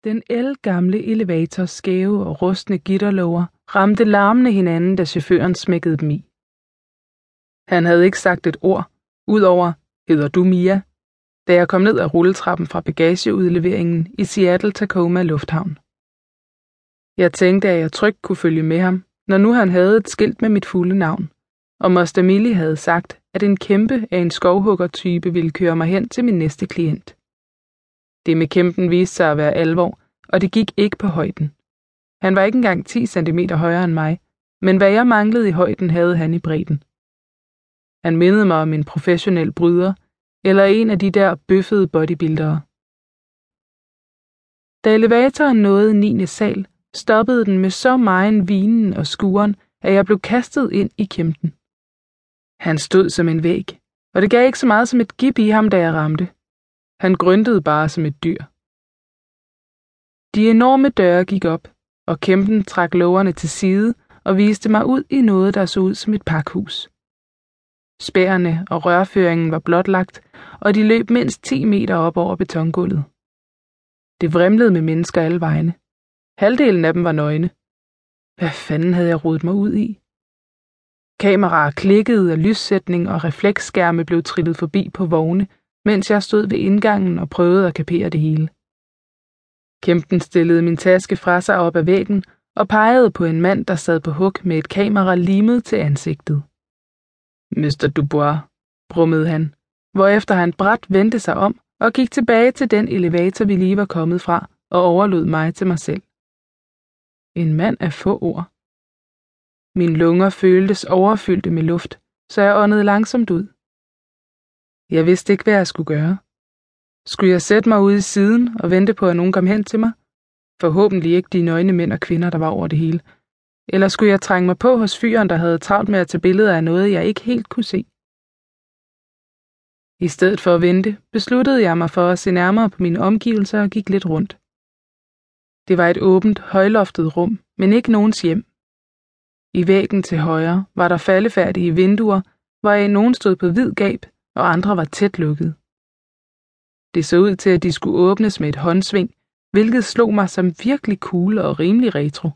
Den ældgamle elevators skæve og rustne gitterlåger ramte larmende hinanden, da chaufføren smækkede dem i. Han havde ikke sagt et ord, udover, hedder du Mia, da jeg kom ned ad rulletrappen fra bagageudleveringen i Seattle-Tacoma Lufthavn. Jeg tænkte, at jeg trygt kunne følge med ham, når nu han havde et skilt med mit fulde navn, og Moster Millie havde sagt, at en kæmpe af en skovhuggertype ville køre mig hen til min næste klient. Det med kæmpen viste sig at være alvor, og det gik ikke på højden. Han var ikke engang 10 cm højere end mig, men hvad jeg manglede i højden, havde han i bredden. Han mindede mig om en professionel bryder, eller en af de der bøffede bodybuildere. Da elevatoren nåede 9. sal, stoppede den med så megen vinen og skuren, at jeg blev kastet ind i kæmpen. Han stod som en væg, og det gav ikke så meget som et gib i ham, da jeg ramte. Han gryntede bare som et dyr. De enorme døre gik op, og kæmpen trak lågerne til side og viste mig ud i noget, der så ud som et pakhus. Spærene og rørføringen var blotlagt, og de løb mindst 10 meter op over betongulvet. Det vrimlede med mennesker alle vegne. Halvdelen af dem var nøgne. Hvad fanden havde jeg rodet mig ud i? Kameraer klikkede, og lyssætning og refleksskærme blev trillet forbi på vogne, mens jeg stod ved indgangen og prøvede at kapere det hele. Kæmpen stillede min taske fra sig op ad væggen og pegede på en mand, der sad på hug med et kamera limet til ansigtet. Mr. Dubois, brummede han, hvorefter han brat vendte sig om og gik tilbage til den elevator, vi lige var kommet fra, og overlod mig til mig selv. En mand af få ord. Mine lunger føltes overfyldte med luft, så jeg åndede langsomt ud. Jeg vidste ikke, hvad jeg skulle gøre. Skulle jeg sætte mig ude i siden og vente på, at nogen kom hen til mig? Forhåbentlig ikke de nøgne mænd og kvinder, der var over det hele. Eller skulle jeg trænge mig på hos fyren, der havde travlt med at tage billeder af noget, jeg ikke helt kunne se? I stedet for at vente, besluttede jeg mig for at se nærmere på mine omgivelser og gik lidt rundt. Det var et åbent, højloftet rum, men ikke nogens hjem. I væggen til højre var der faldefærdige vinduer, hvoraf nogen stod på vid gab, og andre var tæt lukket. Det så ud til, at de skulle åbnes med et håndsving, hvilket slog mig som virkelig cool og rimelig retro.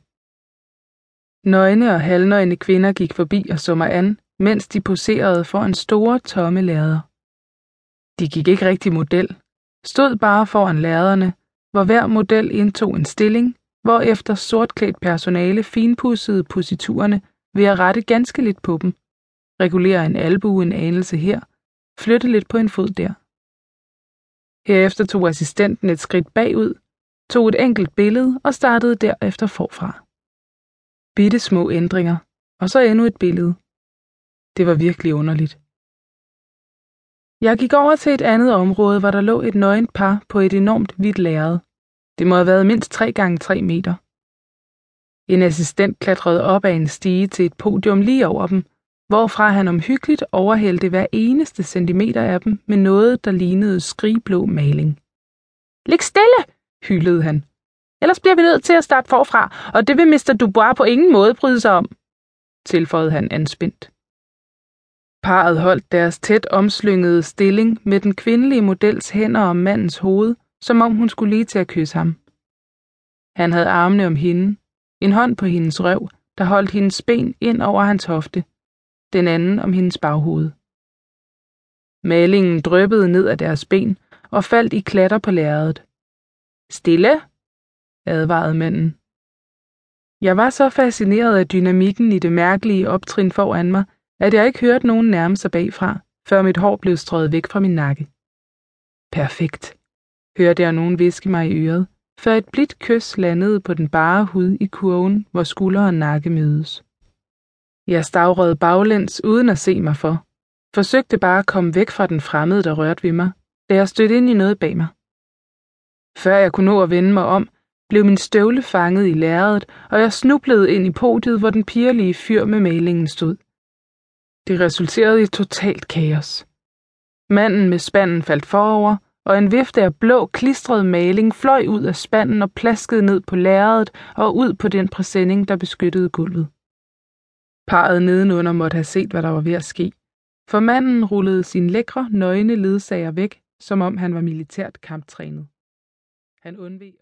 Nøgne og halvnøgne kvinder gik forbi og så mig an, mens de poserede foran store, tomme lærreder. De gik ikke rigtig model, stod bare foran lærrederne, hvor hver model indtog en stilling, hvorefter sortklædt personale finpudsede positurerne ved at rette ganske lidt på dem, regulere en albue en anelse her, flytte lidt på en fod der. Herefter tog assistenten et skridt bagud, tog et enkelt billede og startede derefter forfra. Bitte små ændringer, og så endnu et billede. Det var virkelig underligt. Jeg gik over til et andet område, hvor der lå et nøgent par på et enormt hvidt lærred. Det må have været mindst 3 gange 3 meter. En assistent klatrede op ad en stige til et podium lige over dem, hvorfra han omhyggeligt overhældte hver eneste centimeter af dem med noget, der lignede skrigblå maling. Lig stille, hylede han. Ellers bliver vi nødt til at starte forfra, og det vil Mr. Dubois på ingen måde bryde sig om, tilføjede han anspændt. Parret holdt deres tæt omslyngede stilling med den kvindelige models hænder om mandens hoved, som om hun skulle lige til at kysse ham. Han havde armene om hende, en hånd på hendes røv, der holdt hendes ben ind over hans hofte, den anden om hendes baghoved. Malingen dryppede ned af deres ben og faldt i klatter på lærredet. Stille, advarede manden. Jeg var så fascineret af dynamikken i det mærkelige optrin foran mig, at jeg ikke hørte nogen nærme sig bagfra, før mit hår blev strøget væk fra min nakke. Perfekt, hørte jeg nogen hviske mig i øret, før et blidt kys landede på den bare hud i kurven, hvor skulder og nakke mødes. Jeg stavrede baglæns uden at se mig for. Forsøgte bare at komme væk fra den fremmede, der rørte ved mig, da jeg stødte ind i noget bag mig. Før jeg kunne nå at vende mig om, blev min støvle fanget i lærredet, og jeg snublede ind i podiet, hvor den pigerlige fyr med malingen stod. Det resulterede i totalt kaos. Manden med spanden faldt forover, og en vifte af blå, klistret maling fløj ud af spanden og plaskede ned på lærredet og ud på den præsending, der beskyttede gulvet. Parret nedenunder måtte have set, hvad der var ved at ske, for manden rullede sin lækre, nøgne ledsager væk, som om han var militært kamptrænet. Han undveg